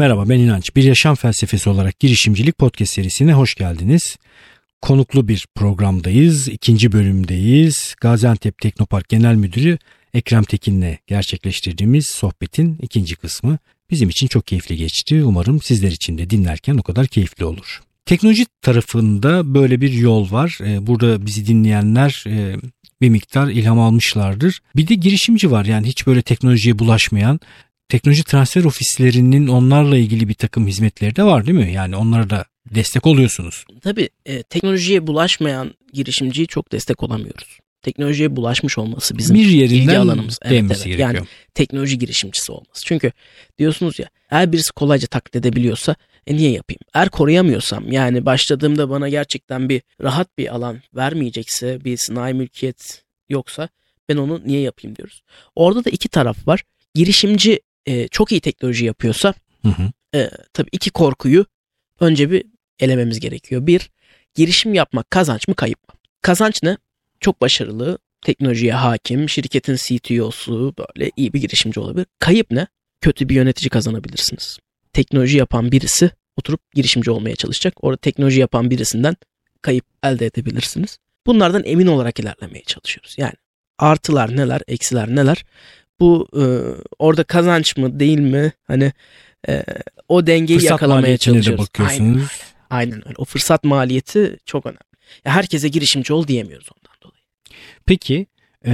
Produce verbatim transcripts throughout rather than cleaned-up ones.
Merhaba, ben İnanç. Bir Yaşam Felsefesi olarak girişimcilik podcast serisine hoş geldiniz. Konuklu bir programdayız. İkinci bölümdeyiz. Gaziantep Teknopark Genel Müdürü Ekrem Tekin'le gerçekleştirdiğimiz sohbetin ikinci kısmı bizim için çok keyifli geçti. Umarım sizler için de dinlerken o kadar keyifli olur. Teknoloji tarafında böyle bir yol var. Burada bizi dinleyenler bir miktar ilham almışlardır. Bir de girişimci var, yani hiç böyle teknolojiye bulaşmayan. Teknoloji transfer ofislerinin onlarla ilgili bir takım hizmetleri de var değil mi? Yani onlara da destek oluyorsunuz. Tabii e, teknolojiye bulaşmayan girişimciyi çok destek olamıyoruz. Teknolojiye bulaşmış olması bizim bir ilgi alanımız. Evet, evet. gerekiyor. Yani teknoloji girişimcisi olması. Çünkü diyorsunuz ya, eğer birisi kolayca taklit edebiliyorsa e niye yapayım? Eğer koruyamıyorsam, yani başladığımda bana gerçekten bir rahat bir alan vermeyecekse, bir sınai mülkiyet yoksa ben onu niye yapayım diyoruz. Orada da iki taraf var. Girişimci e, çok iyi teknoloji yapıyorsa hı hı. E, tabii iki korkuyu önce bir elememiz gerekiyor. Bir, girişim yapmak kazanç mı kayıp mı? Kazanç ne? Çok başarılı, teknolojiye hakim, şirketin C T O'su, böyle iyi bir girişimci olabilir. Kayıp ne? Kötü bir yönetici kazanabilirsiniz. Teknoloji yapan birisi oturup girişimci olmaya çalışacak. Orada teknoloji yapan birisinden kayıp elde edebilirsiniz. Bunlardan emin olarak ilerlemeye çalışıyoruz. Yani artılar neler, eksiler neler? Bu e, orada kazanç mı değil mi? Hani e, o dengeyi fırsat yakalamaya çalışıyoruz. De bakıyorsunuz. Aynen, aynen öyle. O fırsat maliyeti çok önemli. Ya herkese girişimci ol diyemiyoruz ondan dolayı. Peki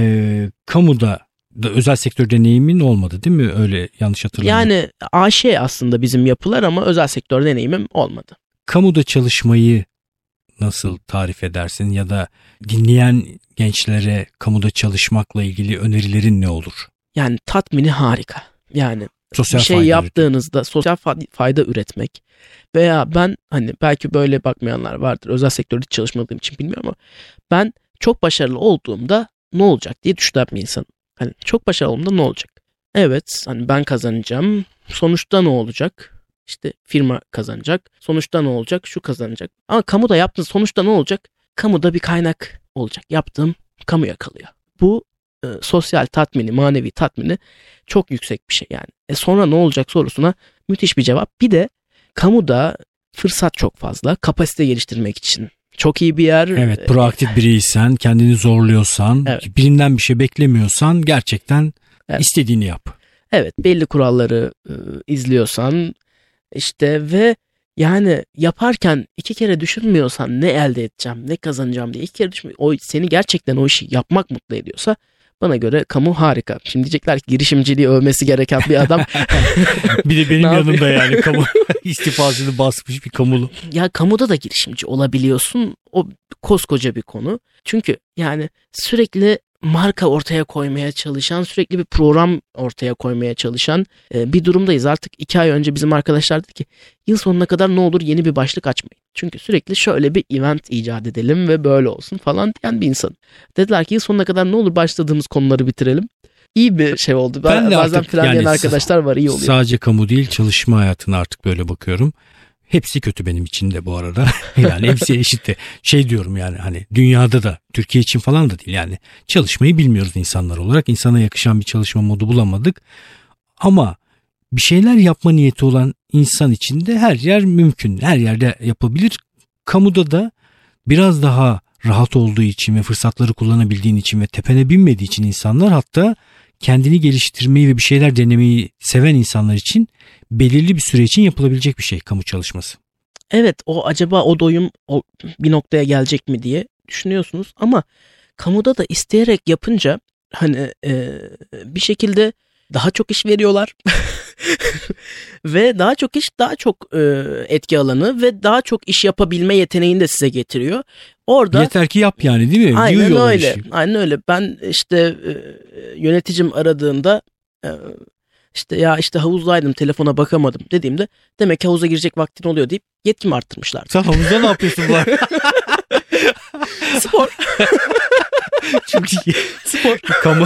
e, kamuda da özel sektör deneyimin olmadı değil mi? Öyle yanlış hatırlamıyorum. Yani A Ş aslında bizim yapılar ama özel sektör deneyimim olmadı. Kamuda çalışmayı nasıl tarif edersin ya da dinleyen gençlere kamuda çalışmakla ilgili önerilerin ne olur? Yani tatmini harika. Yani sosyal bir şey yaptığınızda üretim. sosyal fayda üretmek veya ben hani belki böyle bakmayanlar vardır. Özel sektörde hiç çalışmadığım için bilmiyorum ama ben çok başarılı olduğumda ne olacak diye düşünen bir insanım. Hani çok başarılı olduğumda ne olacak? Evet, hani ben kazanacağım. Sonuçta ne olacak? İşte firma kazanacak. Sonuçta ne olacak? Şu kazanacak. Ama kamuda yaptığın sonuçta ne olacak? Kamuda bir kaynak olacak. Yaptığım kamuya kalıyor. Bu e, sosyal tatmini, manevi tatmini çok yüksek bir şey yani. E sonra ne olacak sorusuna müthiş bir cevap. Bir de kamuda fırsat çok fazla. Kapasite geliştirmek için çok iyi bir yer. Evet, proaktif biriysen, kendini zorluyorsan, evet. birinden bir şey beklemiyorsan gerçekten evet. istediğini yap. Evet, belli kuralları e, izliyorsan işte ve yani yaparken iki kere düşünmüyorsan ne elde edeceğim, ne kazanacağım diye iki kere düşünmüyor. O seni gerçekten o işi yapmak mutlu ediyorsa bana göre kamu harika. Şimdi diyecekler ki girişimciliği övmesi gereken bir adam. Bir de benim yanımda yani kamu istifasını basmış bir kamulu. Ya kamuda da girişimci olabiliyorsun. O koskoca bir konu. Çünkü yani sürekli marka ortaya koymaya çalışan, sürekli bir program ortaya koymaya çalışan e, bir durumdayız. Artık iki ay önce bizim arkadaşlar dedi ki yıl sonuna kadar ne olur yeni bir başlık açmayın. Çünkü sürekli şöyle bir event icat edelim ve böyle olsun falan diyen bir insan. Dediler ki yıl sonuna kadar ne olur başladığımız konuları bitirelim. İyi bir şey oldu. Ben, ben bazen falan yani arkadaşlar var, iyi oluyor. Sadece kamu değil, çalışma hayatına artık böyle bakıyorum. Hepsi kötü benim için de bu arada. Yani hepsi eşit de. Şey diyorum yani hani dünyada da, Türkiye için falan da değil yani. Çalışmayı bilmiyoruz insanlar olarak. İnsana yakışan bir çalışma modu bulamadık. Ama bir şeyler yapma niyeti olan insan için de her yer mümkün. Her yerde yapabilir. Kamuda da biraz daha rahat olduğu için ve fırsatları kullanabildiğin için ve tepene binmediği için insanlar, hatta kendini geliştirmeyi ve bir şeyler denemeyi seven insanlar için belirli bir süre için yapılabilecek bir şey kamu çalışması. Evet, o acaba o doyum o bir noktaya gelecek mi diye düşünüyorsunuz ama kamuda da isteyerek yapınca hani e, bir şekilde daha çok iş veriyorlar ve daha çok iş daha çok e, etki alanı ve daha çok iş yapabilme yeteneğini de size getiriyor. Orada yeter ki yap yani, değil mi? Aynen Duyuyor öyle. Aynen öyle. Ben işte e, yöneticim aradığında e, işte ya işte havuzdaydım telefona bakamadım dediğimde demek ki havuza girecek vaktin oluyor deyip yetkimi arttırmışlar. Sen havuzda ne yapıyorsun bu arada? Spor. Çok iyi. Spor. Kamu.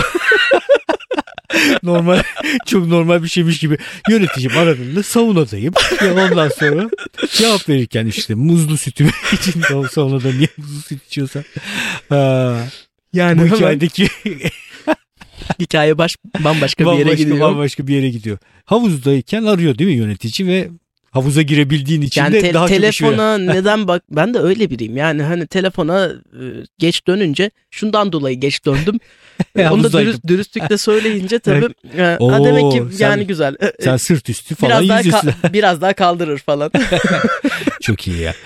Normal, çok normal bir şeymiş gibi. Yöneticim aradığında saunadayım. Ya ondan sonra cevap verirken işte muzlu sütümü için saunada niye muzlu süt içiyorsan. Ha, yani bu hikayedeki Hikaye baş, bambaşka bir yere bambaşka, gidiyor. Bambaşka bir yere gidiyor. Havuzdayken arıyor değil mi yönetici ve havuza girebildiğin için yani de te- daha telefona çok neden bak, ben de öyle biriyim. Yani hani telefona e, geç dönünce şundan dolayı geç döndüm. Onu da dürüst, dürüstlükle söyleyince tabii e, Oo, ha demek ki sen, yani güzel. E, sen sırt üstü falan biraz yüzüstü. daha ka- biraz daha kaldırır falan. Çok iyi ya.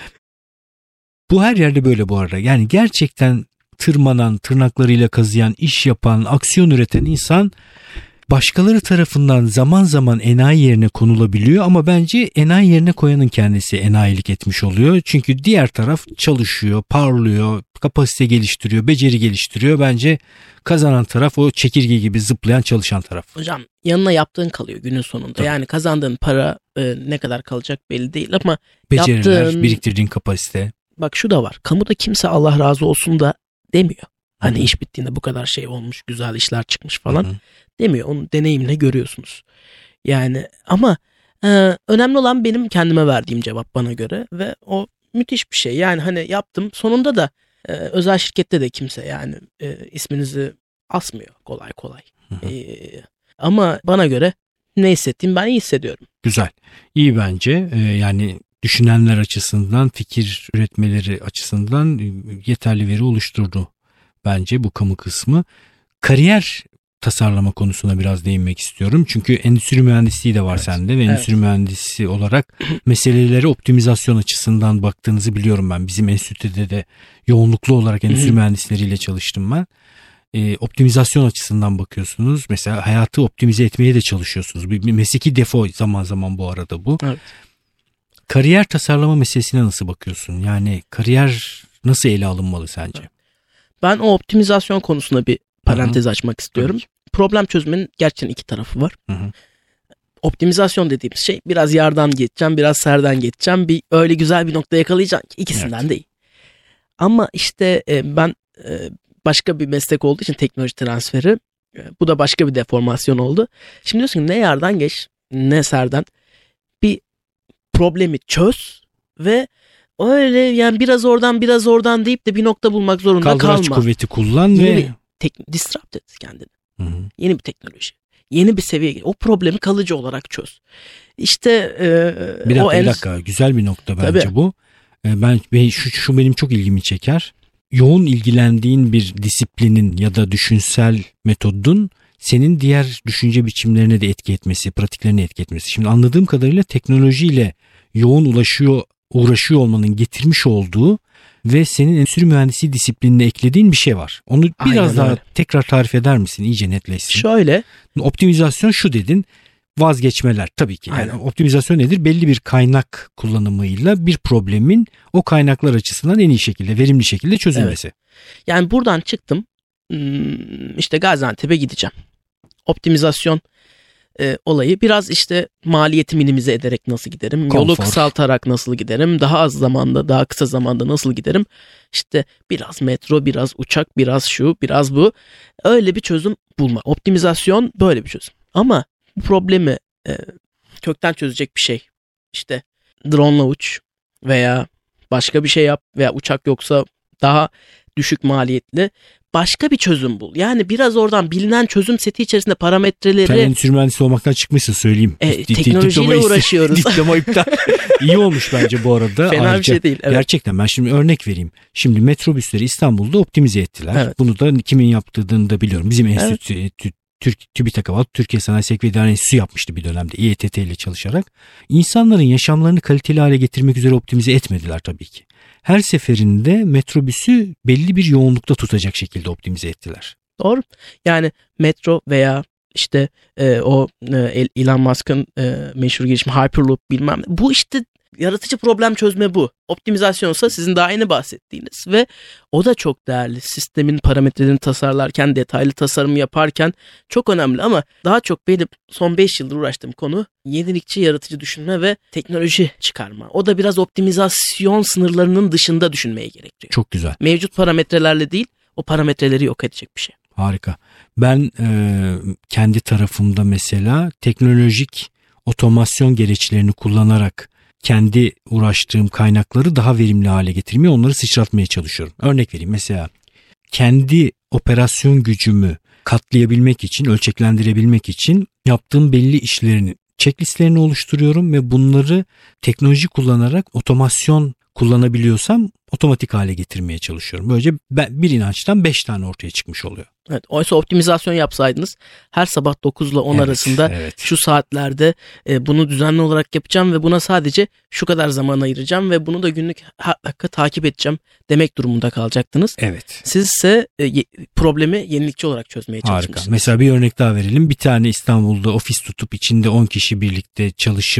Bu her yerde böyle bu arada. Yani gerçekten tırmanan, tırnaklarıyla kazıyan, iş yapan, aksiyon üreten insan başkaları tarafından zaman zaman enayi yerine konulabiliyor ama bence enayi yerine koyanın kendisi enayilik etmiş oluyor. Çünkü diğer taraf çalışıyor, parlıyor, kapasite geliştiriyor, beceri geliştiriyor. Bence kazanan taraf o çekirge gibi zıplayan çalışan taraf. Hocam yanına yaptığın kalıyor günün sonunda. Tabii. Yani kazandığın para e, ne kadar kalacak belli değil ama beceriler, yaptığın... biriktirdiğin kapasite. Bak şu da var. Kamuda kimse Allah razı olsun da demiyor. Hani Hı-hı. iş bittiğinde bu kadar şey olmuş, güzel işler çıkmış falan Hı-hı. demiyor. Onu deneyimle görüyorsunuz. Yani ama e, önemli olan benim kendime verdiğim cevap bana göre ve o müthiş bir şey. Yani hani yaptım. Sonunda da e, özel şirkette de kimse yani e, isminizi asmıyor kolay kolay. E, ama bana göre ne hissettiğimi ben iyi hissediyorum. Güzel. İyi bence. Ee, yani düşünenler açısından, fikir üretmeleri açısından yeterli veri oluşturdu bence bu kamu kısmı. Kariyer tasarlama konusuna biraz değinmek istiyorum. Çünkü endüstri mühendisliği de var evet. sende ve endüstri evet. mühendisi olarak meseleleri optimizasyon açısından baktığınızı biliyorum ben. Bizim enstitüde de yoğunluklu olarak endüstri mühendisleriyle çalıştım ben. E, optimizasyon açısından bakıyorsunuz. Mesela hayatı optimize etmeye de çalışıyorsunuz. Bir, bir mesleki defo zaman zaman bu arada bu. Evet. Kariyer tasarlama meselesine nasıl bakıyorsun? Yani kariyer nasıl ele alınmalı sence? Ben o optimizasyon konusunda bir parantez Hı-hı. açmak istiyorum. Hı-hı. Problem çözmenin gerçekten iki tarafı var. Hı-hı. Optimizasyon dediğimiz şey biraz yardan geçeceğim, biraz serden geçeceğim. Bir öyle güzel bir nokta yakalayacağım ki ikisinden evet. de iyi. Ama işte e, ben e, başka bir meslek olduğu için teknoloji transferi e, bu da başka bir deformasyon oldu. Şimdi diyorsun ki ne yardan geç ne serden bir problemi çöz ve öyle yani biraz oradan biraz oradan deyip de bir nokta bulmak zorunda Kaldıraç kalma. Kaldıraç kuvveti kullan Yeni ve... Bir tek, disrupt et kendini. Hı-hı. Yeni bir teknoloji. Yeni bir seviye. O problemi kalıcı olarak çöz. İşte e, bir dakika, o en... bir dakika. Güzel bir nokta bence Tabii. bu. E, ben şu, şu benim çok ilgimi çeker. Yoğun ilgilendiğin bir disiplinin ya da düşünsel metodun senin diğer düşünce biçimlerine de etki etmesi, pratiklerine etki etmesi. Şimdi anladığım kadarıyla teknolojiyle yoğun ulaşıyor, uğraşıyor olmanın getirmiş olduğu ve senin endüstri mühendisliği disiplinine eklediğin bir şey var. Onu biraz Aynen daha öyle. tekrar tarif eder misin? İyice netleşsin. Şöyle. Optimizasyon şu dedin. Vazgeçmeler tabii ki. Yani optimizasyon nedir? Belli bir kaynak kullanımıyla bir problemin o kaynaklar açısından en iyi şekilde, verimli şekilde çözülmesi. Evet. Yani buradan çıktım. İşte Gaziantep'e gideceğim. Optimizasyon e, olayı biraz işte maliyeti minimize ederek nasıl giderim? Konfor. Yolu kısaltarak nasıl giderim? Daha az zamanda, daha kısa zamanda nasıl giderim? İşte biraz metro, biraz uçak, biraz şu, biraz bu. Öyle bir çözüm bulma. Optimizasyon böyle bir çözüm. Ama bu problemi e, kökten çözecek bir şey. İşte drone'la uç veya başka bir şey yap veya uçak yoksa daha düşük maliyetli başka bir çözüm bul. Yani biraz oradan bilinen çözüm seti içerisinde parametreleri... Sen endüstri mühendisi olmaktan çıkmışsın söyleyeyim. E, teknolojiyle Diploma uğraşıyoruz. Diploma iptal. İyi olmuş bence bu arada. Fena Ayrıca, bir şey değil. Evet. Gerçekten ben şimdi örnek vereyim. Şimdi metrobüsleri İstanbul'da optimize ettiler. Evet. Bunu da kimin yaptığını da biliyorum. Bizim enstitü, evet. Türk, TÜBİTAK Hava, Türkiye Sanayi Sektör ve İdare Enstitüsü yapmıştı bir dönemde İ E T T ile çalışarak. İnsanların yaşamlarını kaliteli hale getirmek üzere optimize etmediler tabii ki. Her seferinde metrobüsü belli bir yoğunlukta tutacak şekilde optimize ettiler. Doğru. Yani metro veya işte e, o e, Elon Musk'ın e, meşhur girişimi Hyperloop bilmem ne. Bu işte yaratıcı problem çözme bu. Optimizasyonsa sizin daha yeni bahsettiğiniz ve o da çok değerli. Sistemin parametrelerini tasarlarken, detaylı tasarım yaparken çok önemli ama daha çok benim son beş yıldır uğraştığım konu yenilikçi, yaratıcı düşünme ve teknoloji çıkarma. O da biraz optimizasyon sınırlarının dışında düşünmeye gerekiyor. Çok güzel. Mevcut parametrelerle değil, o parametreleri yok edecek bir şey. Harika. Ben e, kendi tarafımda mesela teknolojik otomasyon gereçlerini kullanarak kendi uğraştığım kaynakları daha verimli hale getirmeye, onları sıçratmaya çalışıyorum. Örnek vereyim, mesela kendi operasyon gücümü katlayabilmek için, ölçeklendirebilmek için yaptığım belli işlerini, checklistlerini oluşturuyorum ve bunları teknoloji kullanarak otomasyon kullanabiliyorsam otomatik hale getirmeye çalışıyorum. Böylece bir inançtan beş tane ortaya çıkmış oluyor. Evet, oysa optimizasyon yapsaydınız her sabah dokuz ile on evet, arasında evet. şu saatlerde e, bunu düzenli olarak yapacağım ve buna sadece şu kadar zaman ayıracağım ve bunu da günlük her dakika takip edeceğim demek durumunda kalacaktınız. Evet. Siz ise e, ye, problemi yenilikçi olarak çözmeye çalışmışsınız. Harika. Mesela bir örnek daha verelim. Bir tane İstanbul'da ofis tutup içinde on kişi birlikte çalışıp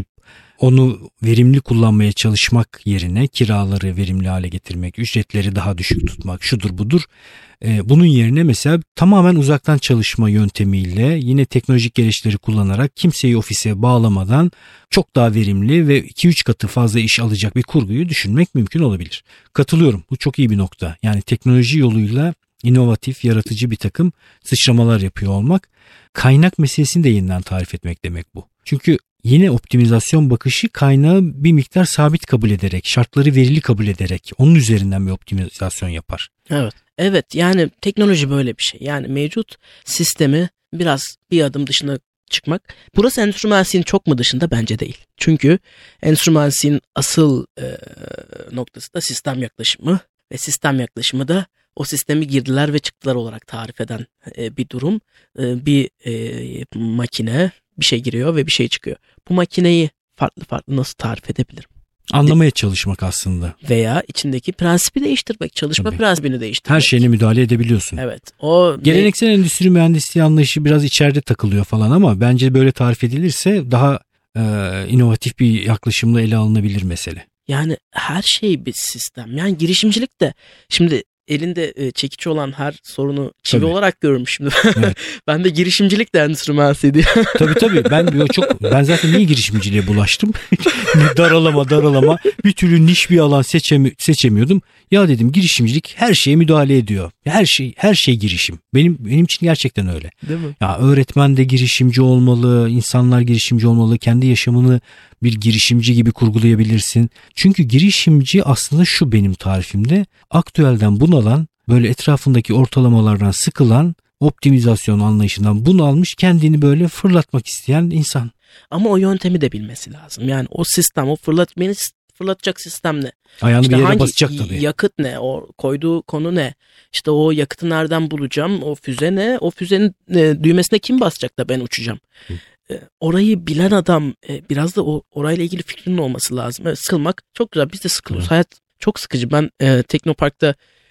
onu verimli kullanmaya çalışmak yerine kiraları verimli hale getirmek, ücretleri daha düşük tutmak, şudur budur. Ee, bunun yerine mesela tamamen uzaktan çalışma yöntemiyle yine teknolojik gereçleri kullanarak kimseyi ofise bağlamadan çok daha verimli ve iki üç katı fazla iş alacak bir kurguyu düşünmek mümkün olabilir. Katılıyorum. Bu çok iyi bir nokta. Yani teknoloji yoluyla inovatif, yaratıcı bir takım sıçramalar yapıyor olmak. Kaynak meselesini de yeniden tarif etmek demek bu. Çünkü yine optimizasyon bakışı kaynağı bir miktar sabit kabul ederek, şartları verili kabul ederek onun üzerinden bir optimizasyon yapar. Evet. Evet, yani teknoloji böyle bir şey. Yani mevcut sistemi biraz bir adım dışına çıkmak. Burası enstrümansiyinin çok mu dışında? Bence değil. Çünkü enstrümansiyinin asıl e, noktası da sistem yaklaşımı ve sistem yaklaşımı da o sistemi girdiler ve çıktılar olarak tarif eden e, bir durum. E, bir e, makine bir şey giriyor ve bir şey çıkıyor. Bu makineyi farklı farklı nasıl tarif edebilirim? Anlamaya çalışmak aslında. Veya içindeki prensibi değiştirmek, çalışma Tabii. prensibini değiştirmek. Her şeyine müdahale edebiliyorsun. Evet. O geleneksel ne... endüstri mühendisliği anlayışı biraz içeride takılıyor falan ama bence böyle tarif edilirse daha e, inovatif bir yaklaşımla ele alınabilir mesele. Yani her şey bir sistem. Yani girişimcilik de şimdi elinde e, çekici olan her sorunu çivi tabii. olarak görürüm şimdi. Evet. Ben de girişimcilik de endüstri mühendisiydi. Tabii tabii. Ben çok ben zaten niye girişimciliğe bulaştım? daralama daralama bir türlü niş bir alan seçemi, seçemiyordum. Ya dedim girişimcilik her şeye müdahale ediyor. Her şey her şey girişim. Benim benim için gerçekten öyle. Değil mi? Ya öğretmen de girişimci olmalı, insanlar girişimci olmalı. Kendi yaşamını bir girişimci gibi kurgulayabilirsin. Çünkü girişimci aslında şu benim tarifimde aktüelden bunalan, böyle etrafındaki ortalamalardan sıkılan, optimizasyon anlayışından bunalmış, kendini böyle fırlatmak isteyen insan. Ama o yöntemi de bilmesi lazım. Yani o sistem, o fırlat, beni fırlatacak sistem ne? Ayağını işte bir yere hangi basacak tabii. Yakıt ne? O koyduğu konu ne? İşte o yakıtı nereden bulacağım? O füze ne? O füzenin e, düğmesine kim basacak da ben uçacağım? Hı. E, orayı bilen adam e, biraz da o orayla ilgili fikrinin olması lazım. Evet, sıkılmak çok güzel. Biz de sıkılıyoruz. Hı. Hayat çok sıkıcı. Ben e, Teknopark'ta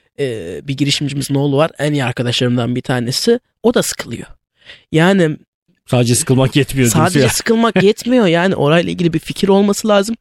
e, bir girişimcimizin oğlu var. En iyi arkadaşlarımdan bir tanesi. O da sıkılıyor. Yani sadece sıkılmak yetmiyor. Sadece ya. sıkılmak yetmiyor. Yani orayla ilgili bir fikir olması lazım.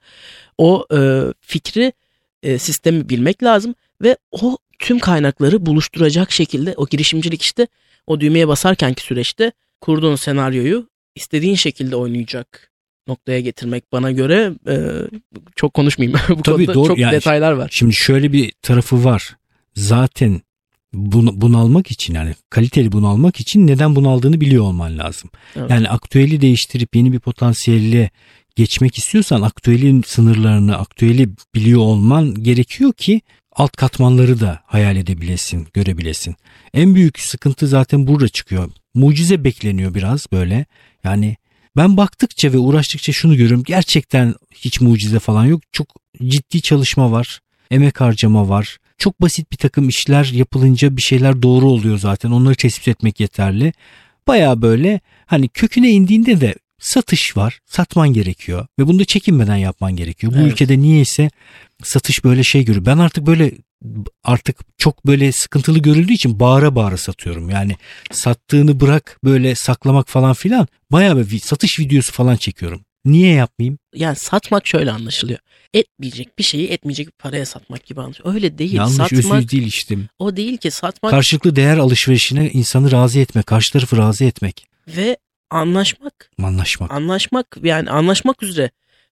O e, fikri, e, sistemi bilmek lazım ve o tüm kaynakları buluşturacak şekilde o girişimcilik işte o düğmeye basarkenki süreçte kurduğun senaryoyu istediğin şekilde oynayacak noktaya getirmek bana göre e, çok konuşmayayım. Bu Tabii, konuda doğru. çok Yani detaylar var. Şimdi şöyle bir tarafı var. Zaten bun, bunalmak için, yani kaliteli bunalmak için neden bunaldığını biliyor olman lazım. Evet. Yani aktüeli değiştirip yeni bir potansiyelle geçmek istiyorsan aktüelin sınırlarını, aktüeli biliyor olman gerekiyor ki alt katmanları da hayal edebilesin, görebilesin. En büyük sıkıntı zaten burada çıkıyor. Mucize bekleniyor biraz böyle. Yani ben baktıkça ve uğraştıkça şunu görüyorum. Gerçekten hiç mucize falan yok. Çok ciddi çalışma var. Emek harcama var. Çok basit bir takım işler yapılınca bir şeyler doğru oluyor zaten. Onları tespit etmek yeterli. Baya böyle hani köküne indiğinde de satış var. Satman gerekiyor. Ve bunu da çekinmeden yapman gerekiyor. Bu evet. ülkede niyeyse satış böyle şey görüyor. Ben artık böyle artık çok böyle sıkıntılı görüldüğü için bağıra bağıra satıyorum. Yani sattığını bırak böyle saklamak falan filan. Bayağı bir satış videosu falan çekiyorum. Niye yapmayayım? Yani satmak şöyle anlaşılıyor. Etmeyecek bir şeyi etmeyecek bir paraya satmak gibi anlaşılıyor. Öyle değil. Yanlış, satmak, özür değil işte. O değil ki satmak. Karşılıklı değer alışverişine insanı razı etmek, karşı tarafı razı etmek. Ve anlaşmak. Anlaşmak. Anlaşmak yani anlaşmak üzere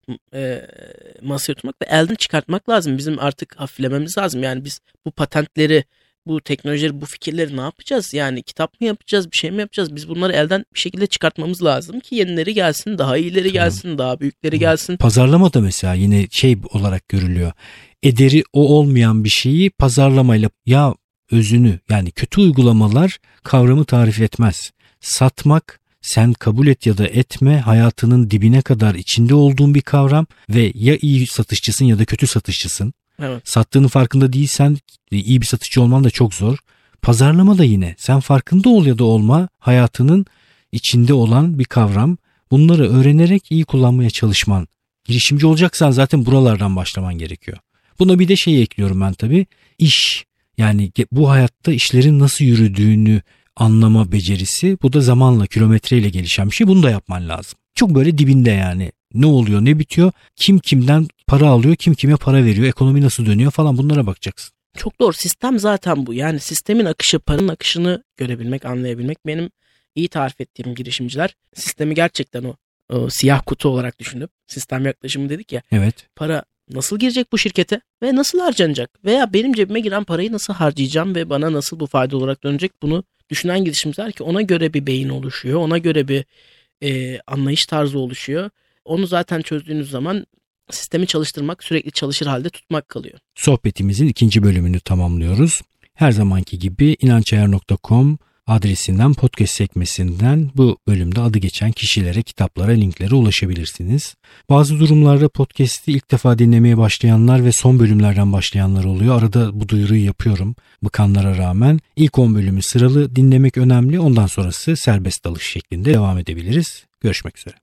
e, masaya oturmak ve elden çıkartmak lazım. Bizim artık hafiflememiz lazım. Yani biz bu patentleri, bu teknolojileri, bu fikirleri ne yapacağız? Yani kitap mı yapacağız, bir şey mi yapacağız? Biz bunları elden bir şekilde çıkartmamız lazım ki yenileri gelsin, daha iyileri tamam. gelsin, daha büyükleri gelsin. Pazarlama da mesela yine şey olarak görülüyor. Ederi o olmayan bir şeyi pazarlamayla, ya özünü, yani kötü uygulamalar kavramı tarif etmez. Satmak, sen kabul et ya da etme, hayatının dibine kadar içinde olduğun bir kavram ve ya iyi satışçısın ya da kötü satışçısın. Evet. Sattığının farkında değilsen iyi bir satışçı olman da çok zor. Pazarlama da yine sen farkında ol ya da olma, hayatının içinde olan bir kavram. Bunları öğrenerek iyi kullanmaya çalışman. Girişimci olacaksan zaten buralardan başlaman gerekiyor. Buna bir de şey ekliyorum ben tabii. İş, yani bu hayatta işlerin nasıl yürüdüğünü anlama becerisi. Bu da zamanla, kilometreyle gelişen bir şey. Bunu da yapman lazım. Çok böyle dibinde yani. Ne oluyor, ne bitiyor? Kim kimden para alıyor, kim kime para veriyor, ekonomi nasıl dönüyor falan, bunlara bakacaksın. Çok doğru. Sistem zaten bu. Yani sistemin akışı, paranın akışını görebilmek, anlayabilmek. Benim iyi tarif ettiğim girişimciler sistemi gerçekten o, o siyah kutu olarak düşünüp sistem yaklaşımı dedik ya. Evet. Para nasıl girecek bu şirkete ve nasıl harcanacak? Veya benim cebime giren parayı nasıl harcayacağım ve bana nasıl bu fayda olarak dönecek? Bunu düşünen girişimciler ki ona göre bir beyin oluşuyor. Ona göre bir e, anlayış tarzı oluşuyor. Onu zaten çözdüğünüz zaman sistemi çalıştırmak, sürekli çalışır halde tutmak kalıyor. Sohbetimizin ikinci bölümünü tamamlıyoruz. Her zamanki gibi inançayar nokta com adresinden, podcast sekmesinden bu bölümde adı geçen kişilere, kitaplara, linklere ulaşabilirsiniz. Bazı durumlarda podcast'i ilk defa dinlemeye başlayanlar ve son bölümlerden başlayanlar oluyor. Arada bu duyuruyu yapıyorum bıkanlara rağmen. İlk on bölümü sıralı dinlemek önemli. Ondan sonrası serbest dalış şeklinde devam edebiliriz. Görüşmek üzere.